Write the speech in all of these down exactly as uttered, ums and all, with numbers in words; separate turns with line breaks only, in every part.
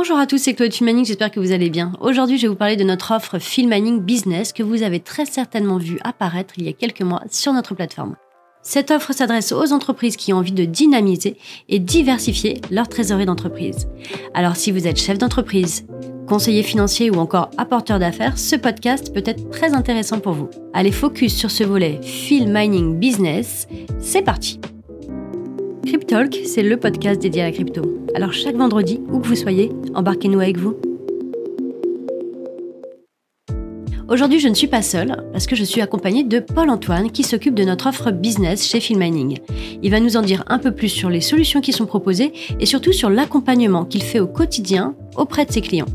Bonjour à tous, c'est Chloé de Filmmining, j'espère que vous allez bien. Aujourd'hui, je vais vous parler de notre offre Filmmining Business que vous avez très certainement vu apparaître il y a quelques mois sur notre plateforme. Cette offre s'adresse aux entreprises qui ont envie de dynamiser et diversifier leur trésorerie d'entreprise. Alors si vous êtes chef d'entreprise, conseiller financier ou encore apporteur d'affaires, ce podcast peut être très intéressant pour vous. Allez, focus sur ce volet Filmmining Business, c'est parti. Cryptalk, c'est le podcast dédié à la crypto. Alors chaque vendredi, où que vous soyez, embarquez-nous avec vous. Aujourd'hui, je ne suis pas seule, parce que je suis accompagnée de Paul-Antoine qui s'occupe de notre offre business chez Filmmining. Il va nous en dire un peu plus sur les solutions qui sont proposées et surtout sur l'accompagnement qu'il fait au quotidien auprès de ses clients.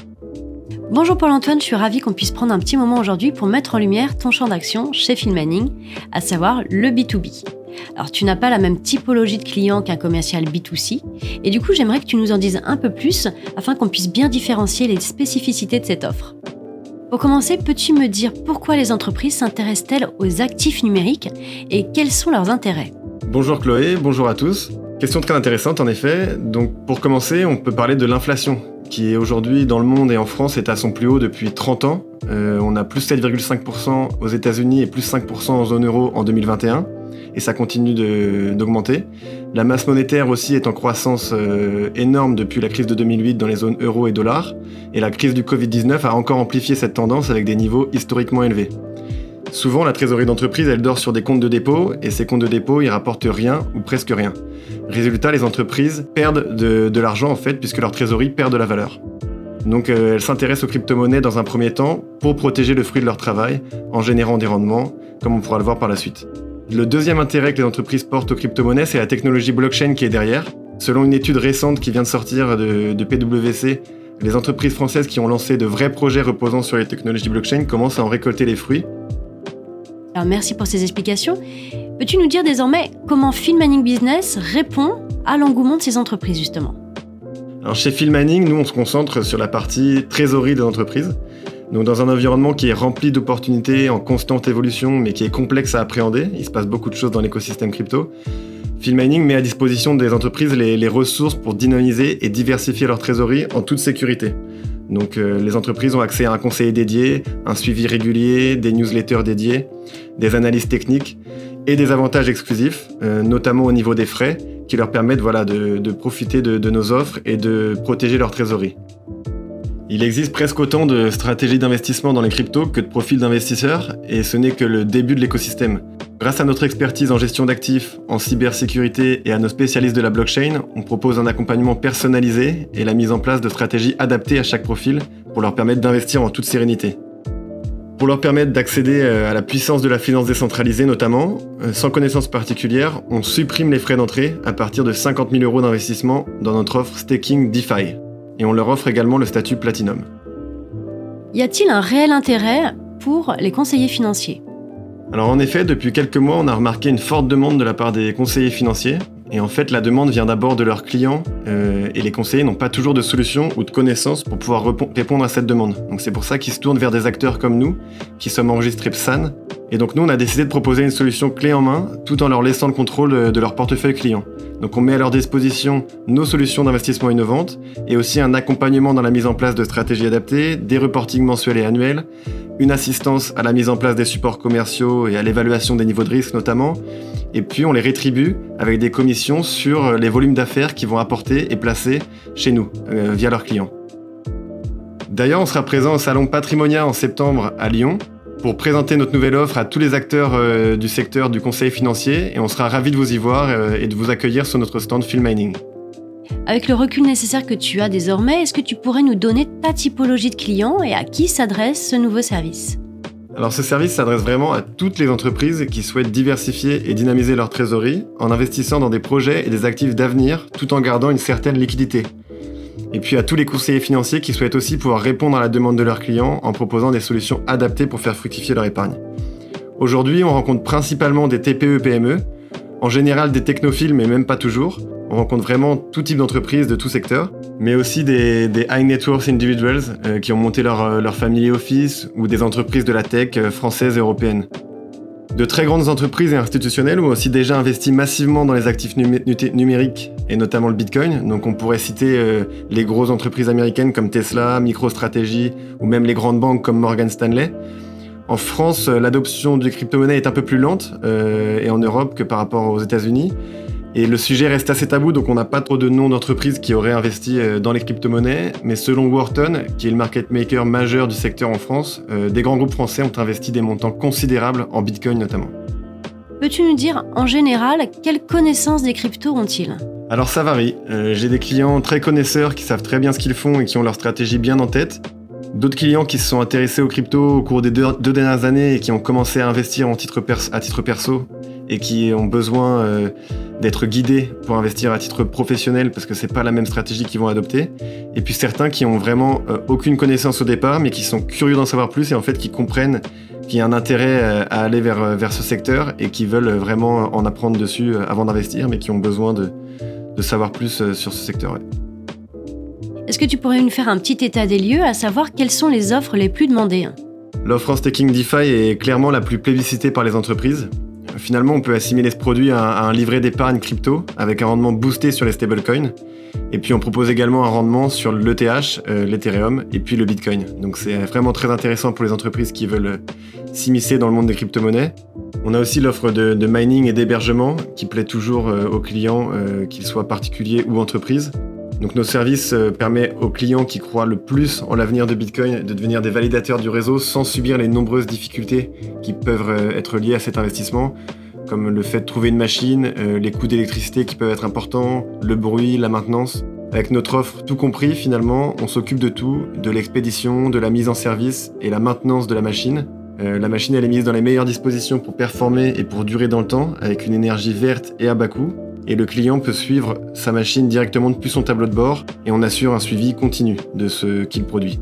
Bonjour Paul-Antoine, je suis ravie qu'on puisse prendre un petit moment aujourd'hui pour mettre en lumière ton champ d'action chez Filmmining, à savoir le B deux B. Alors tu n'as pas la même typologie de client qu'un commercial B deux C, et du coup j'aimerais que tu nous en dises un peu plus afin qu'on puisse bien différencier les spécificités de cette offre. Pour commencer, peux-tu me dire pourquoi les entreprises s'intéressent-elles aux actifs numériques et quels sont leurs intérêts ?
Bonjour Chloé, bonjour à tous. Question très intéressante en effet. Donc pour commencer, on peut parler de l'inflation, qui est aujourd'hui dans le monde et en France est à son plus haut depuis trente ans. Euh, on a plus sept virgule cinq pour cent aux États-Unis et plus cinq pour cent en zone euro en deux mille vingt et un. Et ça continue de, d'augmenter. La masse monétaire aussi est en croissance euh, énorme depuis la crise de deux mille huit dans les zones euro et dollars. Et la crise du covid dix-neuf a encore amplifié cette tendance avec des niveaux historiquement élevés. Souvent, la trésorerie d'entreprise, elle dort sur des comptes de dépôt, et ces comptes de dépôt, ils rapportent rien ou presque rien. Résultat, les entreprises perdent de, de l'argent en fait, puisque leur trésorerie perd de la valeur. Donc euh, elles s'intéressent aux crypto-monnaies dans un premier temps pour protéger le fruit de leur travail en générant des rendements, comme on pourra le voir par la suite. Le deuxième intérêt que les entreprises portent aux crypto-monnaies, c'est la technologie blockchain qui est derrière. Selon une étude récente qui vient de sortir de, de P W C, les entreprises françaises qui ont lancé de vrais projets reposant sur les technologies blockchain commencent à en récolter les fruits.
Alors merci pour ces explications. Peux-tu nous dire désormais comment Filmmining Business répond à l'engouement de ces entreprises justement ?
Alors chez Filmmining, nous on se concentre sur la partie trésorerie des entreprises. Donc dans un environnement qui est rempli d'opportunités en constante évolution, mais qui est complexe à appréhender, il se passe beaucoup de choses dans l'écosystème crypto, Filmmining met à disposition des entreprises les, les ressources pour dynamiser et diversifier leur trésorerie en toute sécurité. Donc euh, les entreprises ont accès à un conseiller dédié, un suivi régulier, des newsletters dédiés, des analyses techniques et des avantages exclusifs, euh, notamment au niveau des frais, qui leur permettent voilà, de, de profiter de, de nos offres et de protéger leur trésorerie. Il existe presque autant de stratégies d'investissement dans les cryptos que de profils d'investisseurs, et ce n'est que le début de l'écosystème. Grâce à notre expertise en gestion d'actifs, en cybersécurité et à nos spécialistes de la blockchain, on propose un accompagnement personnalisé et la mise en place de stratégies adaptées à chaque profil pour leur permettre d'investir en toute sérénité. Pour leur permettre d'accéder à la puissance de la finance décentralisée notamment, sans connaissance particulière, on supprime les frais d'entrée à partir de cinquante mille euros d'investissement dans notre offre Staking DeFi. Et on leur offre également le statut Platinum.
Y a-t-il un réel intérêt pour les conseillers financiers ?
Alors en effet, depuis quelques mois, on a remarqué une forte demande de la part des conseillers financiers. Et en fait, la demande vient d'abord de leurs clients euh, et les conseillers n'ont pas toujours de solution ou de connaissances pour pouvoir rep- répondre à cette demande. Donc c'est pour ça qu'ils se tournent vers des acteurs comme nous, qui sommes enregistrés P S A N. Et donc nous, on a décidé de proposer une solution clé en main, tout en leur laissant le contrôle de leur portefeuille client. Donc on met à leur disposition nos solutions d'investissement innovantes et aussi un accompagnement dans la mise en place de stratégies adaptées, des reportings mensuels et annuels, une assistance à la mise en place des supports commerciaux et à l'évaluation des niveaux de risque notamment, et puis on les rétribue avec des commissions sur les volumes d'affaires qu'ils vont apporter et placer chez nous, euh, via leurs clients. D'ailleurs, on sera présent au salon Patrimonia en septembre à Lyon, pour présenter notre nouvelle offre à tous les acteurs euh, du secteur du conseil financier et on sera ravis de vous y voir euh, et de vous accueillir sur notre stand Filmmining.
Avec le recul nécessaire que tu as désormais, est-ce que tu pourrais nous donner ta typologie de clients et à qui s'adresse ce nouveau service ?
Alors ce service s'adresse vraiment à toutes les entreprises qui souhaitent diversifier et dynamiser leur trésorerie en investissant dans des projets et des actifs d'avenir tout en gardant une certaine liquidité. Et puis à tous les conseillers financiers qui souhaitent aussi pouvoir répondre à la demande de leurs clients en proposant des solutions adaptées pour faire fructifier leur épargne. Aujourd'hui, on rencontre principalement des T P E P M E, en général des technophiles mais même pas toujours. On rencontre vraiment tout type d'entreprises de tout secteur, mais aussi des, des high net worth individuals euh, qui ont monté leur, leur family office ou des entreprises de la tech euh, françaises et européennes. De très grandes entreprises et institutionnelles ont aussi déjà investi massivement dans les actifs numé- numériques et notamment le Bitcoin. Donc on pourrait citer euh, les grosses entreprises américaines comme Tesla, MicroStrategy ou même les grandes banques comme Morgan Stanley. En France, euh, l'adoption des crypto-monnaies est un peu plus lente euh, et en Europe que par rapport aux États-Unis. Et le sujet reste assez tabou, donc on n'a pas trop de noms d'entreprises qui auraient investi dans les crypto-monnaies. Mais selon Wharton, qui est le market maker majeur du secteur en France, euh, des grands groupes français ont investi des montants considérables en Bitcoin notamment.
Peux-tu nous dire, en général, quelles connaissances des cryptos ont-ils ?
Alors ça varie. Euh, j'ai des clients très connaisseurs qui savent très bien ce qu'ils font et qui ont leur stratégie bien en tête. D'autres clients qui se sont intéressés aux cryptos au cours des deux, deux dernières années et qui ont commencé à investir en titre pers- à titre perso et qui ont besoin euh, d'être guidés pour investir à titre professionnel parce que c'est pas la même stratégie qu'ils vont adopter. Et puis certains qui ont vraiment euh, aucune connaissance au départ mais qui sont curieux d'en savoir plus et en fait qui comprennent qu'il y a un intérêt euh, à aller vers, vers ce secteur et qui veulent vraiment en apprendre dessus euh, avant d'investir mais qui ont besoin de, de savoir plus euh, sur ce secteur. Ouais.
Est-ce que tu pourrais nous faire un petit état des lieux, à savoir quelles sont les offres les plus demandées ?
L'offre en staking DeFi est clairement la plus plébiscitée par les entreprises. Finalement, on peut assimiler ce produit à un livret d'épargne crypto avec un rendement boosté sur les stablecoins. Et puis on propose également un rendement sur l'E T H, euh, l'Ethereum et puis le Bitcoin. Donc c'est vraiment très intéressant pour les entreprises qui veulent s'immiscer dans le monde des crypto-monnaies. On a aussi l'offre de, de mining et d'hébergement qui plaît toujours euh, aux clients, euh, qu'ils soient particuliers ou entreprises. Donc nos services euh, permettent aux clients qui croient le plus en l'avenir de Bitcoin de devenir des validateurs du réseau sans subir les nombreuses difficultés qui peuvent euh, être liées à cet investissement, comme le fait de trouver une machine, euh, les coûts d'électricité qui peuvent être importants, le bruit, la maintenance. Avec notre offre tout compris, finalement, on s'occupe de tout, de l'expédition, de la mise en service et la maintenance de la machine. Euh, la machine elle est mise dans les meilleures dispositions pour performer et pour durer dans le temps, avec une énergie verte et à bas coût. Et le client peut suivre sa machine directement depuis son tableau de bord et on assure un suivi continu de ce qu'il produit.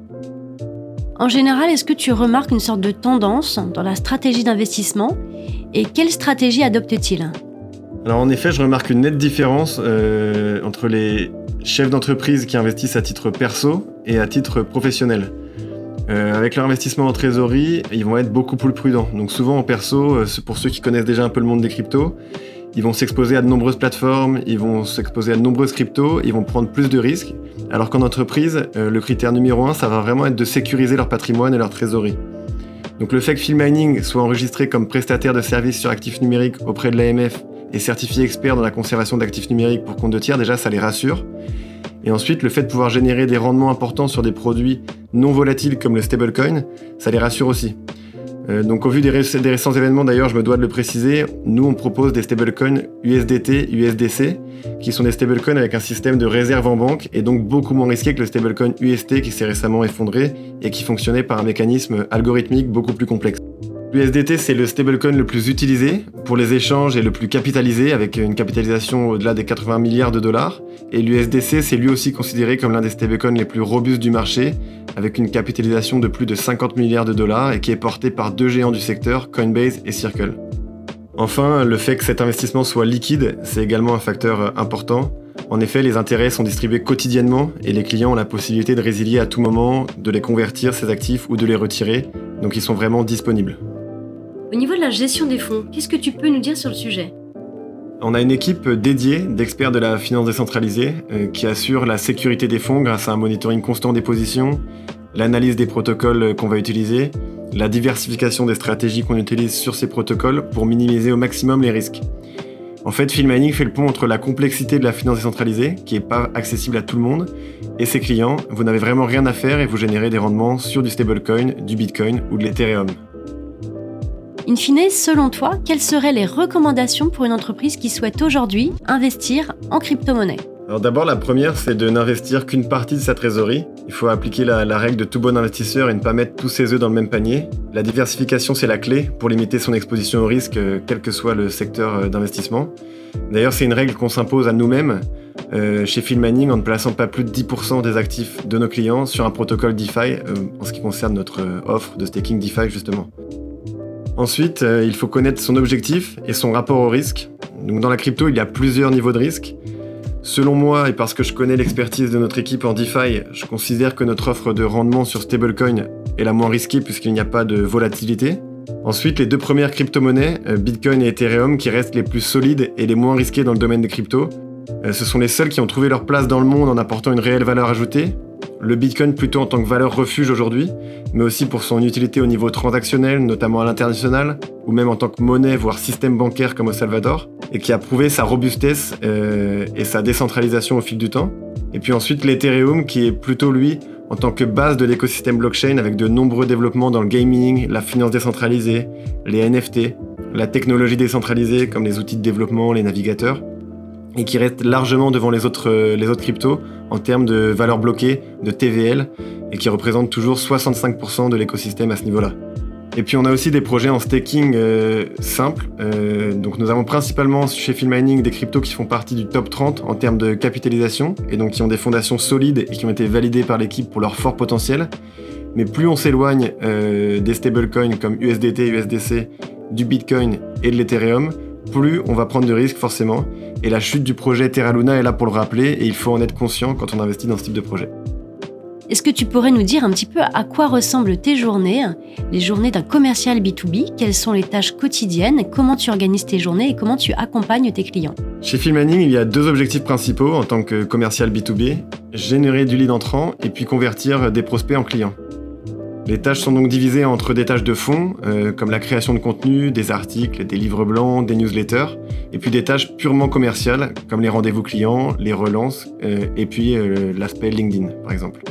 En général, est-ce que tu remarques une sorte de tendance dans la stratégie d'investissement et quelle stratégie adopte-t-il ?
Alors en effet, je remarque une nette différence euh, entre les chefs d'entreprise qui investissent à titre perso et à titre professionnel. Euh, avec leur investissement en trésorerie, ils vont être beaucoup plus prudents. Donc souvent en perso, euh, pour ceux qui connaissent déjà un peu le monde des cryptos, ils vont s'exposer à de nombreuses plateformes, ils vont s'exposer à de nombreuses cryptos, ils vont prendre plus de risques. Alors qu'en entreprise, euh, le critère numéro un, ça va vraiment être de sécuriser leur patrimoine et leur trésorerie. Donc le fait que Filmining soit enregistré comme prestataire de services sur actifs numériques auprès de l'A M F et certifié expert dans la conservation d'actifs numériques pour compte de tiers, déjà ça les rassure. Et ensuite, le fait de pouvoir générer des rendements importants sur des produits non volatiles comme le stablecoin, ça les rassure aussi. Euh, donc au vu des, ré- des récents événements, d'ailleurs, je me dois de le préciser, nous on propose des stablecoins U S D T, U S D C, qui sont des stablecoins avec un système de réserve en banque et donc beaucoup moins risqué que le stablecoin U S T qui s'est récemment effondré et qui fonctionnait par un mécanisme algorithmique beaucoup plus complexe. L'U S D T, c'est le stablecoin le plus utilisé pour les échanges et le plus capitalisé, avec une capitalisation au-delà des quatre-vingts milliards de dollars. Et l'U S D C, c'est lui aussi considéré comme l'un des stablecoins les plus robustes du marché, avec une capitalisation de plus de cinquante milliards de dollars et qui est porté par deux géants du secteur, Coinbase et Circle. Enfin, le fait que cet investissement soit liquide, c'est également un facteur important. En effet, les intérêts sont distribués quotidiennement et les clients ont la possibilité de résilier à tout moment, de les convertir, ces actifs, ou de les retirer, donc ils sont vraiment disponibles.
Au niveau de la gestion des fonds, qu'est-ce que tu peux nous dire sur le sujet ?
On a une équipe dédiée d'experts de la finance décentralisée euh, qui assure la sécurité des fonds grâce à un monitoring constant des positions, l'analyse des protocoles qu'on va utiliser, la diversification des stratégies qu'on utilise sur ces protocoles pour minimiser au maximum les risques. En fait, Filmining fait le pont entre la complexité de la finance décentralisée, qui n'est pas accessible à tout le monde, et ses clients. Vous n'avez vraiment rien à faire et vous générez des rendements sur du stablecoin, du Bitcoin ou de l'Ethereum.
In fine, selon toi, quelles seraient les recommandations pour une entreprise qui souhaite aujourd'hui investir en crypto-monnaie ?
Alors d'abord, la première, c'est de n'investir qu'une partie de sa trésorerie. Il faut appliquer la, la règle de tout bon investisseur et ne pas mettre tous ses œufs dans le même panier. La diversification, c'est la clé pour limiter son exposition au risque, euh, quel que soit le secteur euh, d'investissement. D'ailleurs, c'est une règle qu'on s'impose à nous-mêmes euh, chez Filmining en ne plaçant pas plus de dix pour cent des actifs de nos clients sur un protocole DeFi euh, en ce qui concerne notre euh, offre de staking DeFi justement. Ensuite, euh, il faut connaître son objectif et son rapport au risque. Donc, dans la crypto, il y a plusieurs niveaux de risque. Selon moi, et parce que je connais l'expertise de notre équipe en DeFi, je considère que notre offre de rendement sur stablecoin est la moins risquée puisqu'il n'y a pas de volatilité. Ensuite, les deux premières crypto-monnaies, Bitcoin et Ethereum, qui restent les plus solides et les moins risquées dans le domaine des cryptos. Ce sont les seuls qui ont trouvé leur place dans le monde en apportant une réelle valeur ajoutée. Le Bitcoin plutôt en tant que valeur refuge aujourd'hui, mais aussi pour son utilité au niveau transactionnel, notamment à l'international, ou même en tant que monnaie, voire système bancaire comme au Salvador, et qui a prouvé sa robustesse euh, et sa décentralisation au fil du temps. Et puis ensuite l'Ethereum, qui est plutôt, lui, en tant que base de l'écosystème blockchain, avec de nombreux développements dans le gaming, la finance décentralisée, les N F T, la technologie décentralisée comme les outils de développement, les navigateurs, et qui reste largement devant les autres, euh, les autres cryptos en termes de valeur bloquée, de T V L, et qui représente toujours soixante-cinq pour cent de l'écosystème à ce niveau-là. Et puis on a aussi des projets en staking euh, simples. Euh, donc nous avons principalement chez Filmining des cryptos qui font partie du top trente en termes de capitalisation, et donc qui ont des fondations solides et qui ont été validées par l'équipe pour leur fort potentiel. Mais plus on s'éloigne euh, des stablecoins comme U S D T, U S D C, du Bitcoin et de l'Ethereum, plus on va prendre de risques forcément. Et la chute du projet Terra Luna est là pour le rappeler, et il faut en être conscient quand on investit dans ce type de projet.
Est-ce que tu pourrais nous dire un petit peu à quoi ressemblent tes journées, les journées d'un commercial B deux B? Quelles sont les tâches quotidiennes? Comment tu organises tes journées et comment tu accompagnes tes clients?
Chez Filmining, il y a deux objectifs principaux en tant que commercial B deux B, générer du lead entrant et puis convertir des prospects en clients. Les tâches sont donc divisées entre des tâches de fond, euh, comme la création de contenu, des articles, des livres blancs, des newsletters, et puis des tâches purement commerciales, comme les rendez-vous clients, les relances, euh, et puis euh, l'aspect LinkedIn, par exemple.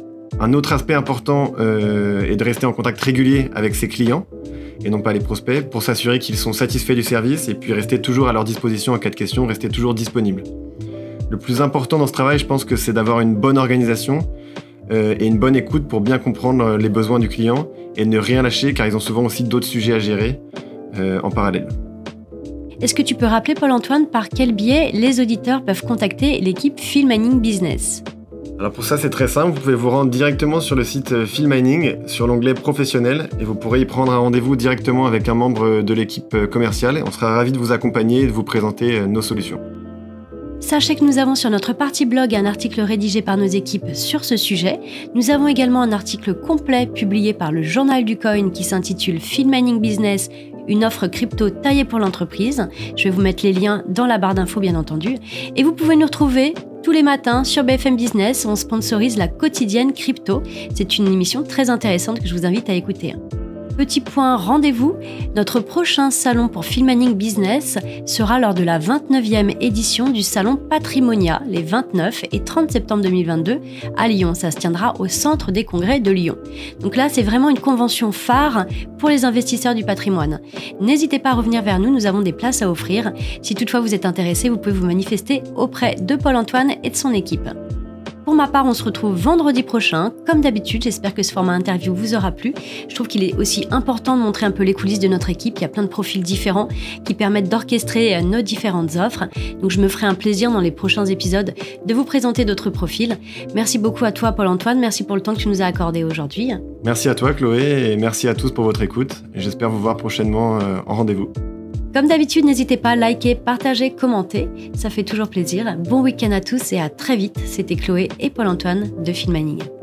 Un autre aspect important euh, est de rester en contact régulier avec ses clients, et non pas les prospects, pour s'assurer qu'ils sont satisfaits du service, et puis rester toujours à leur disposition en cas de question, rester toujours disponible. Le plus important dans ce travail, je pense que c'est d'avoir une bonne organisation, Euh, et une bonne écoute pour bien comprendre les besoins du client et ne rien lâcher car ils ont souvent aussi d'autres sujets à gérer euh, en parallèle.
Est-ce que tu peux rappeler, Paul-Antoine, par quel biais les auditeurs peuvent contacter l'équipe Filmining Business?
Alors pour ça, c'est très simple, vous pouvez vous rendre directement sur le site Filmining, sur l'onglet professionnel, et vous pourrez y prendre un rendez-vous directement avec un membre de l'équipe commerciale. Et on sera ravis de vous accompagner et de vous présenter nos solutions.
Sachez que nous avons sur notre partie blog un article rédigé par nos équipes sur ce sujet. Nous avons également un article complet publié par le Journal du Coin qui s'intitule Filmining Business, une offre crypto taillée pour l'entreprise. Je vais vous mettre les liens dans la barre d'infos bien entendu. Et vous pouvez nous retrouver tous les matins sur B F M Business. On sponsorise la quotidienne crypto. C'est une émission très intéressante que je vous invite à écouter. Petit point rendez-vous, notre prochain salon pour Filmining Business sera lors de la vingt-neuvième édition du salon Patrimonia, les vingt-neuf et trente septembre deux mille vingt-deux à Lyon. Ça se tiendra au Centre des Congrès de Lyon. Donc là, c'est vraiment une convention phare pour les investisseurs du patrimoine. N'hésitez pas à revenir vers nous, nous avons des places à offrir. Si toutefois vous êtes intéressé, vous pouvez vous manifester auprès de Paul-Antoine et de son équipe. Pour ma part, on se retrouve vendredi prochain. Comme d'habitude, j'espère que ce format interview vous aura plu. Je trouve qu'il est aussi important de montrer un peu les coulisses de notre équipe. Il y a plein de profils différents qui permettent d'orchestrer nos différentes offres. Donc je me ferai un plaisir dans les prochains épisodes de vous présenter d'autres profils. Merci beaucoup à toi, Paul-Antoine. Merci pour le temps que tu nous as accordé aujourd'hui.
Merci à toi, Chloé, et merci à tous pour votre écoute. Et j'espère vous voir prochainement en rendez-vous.
Comme d'habitude, n'hésitez pas à liker, partager, commenter, ça fait toujours plaisir. Bon week-end à tous et à très vite. C'était Chloé et Paul-Antoine de Filmining.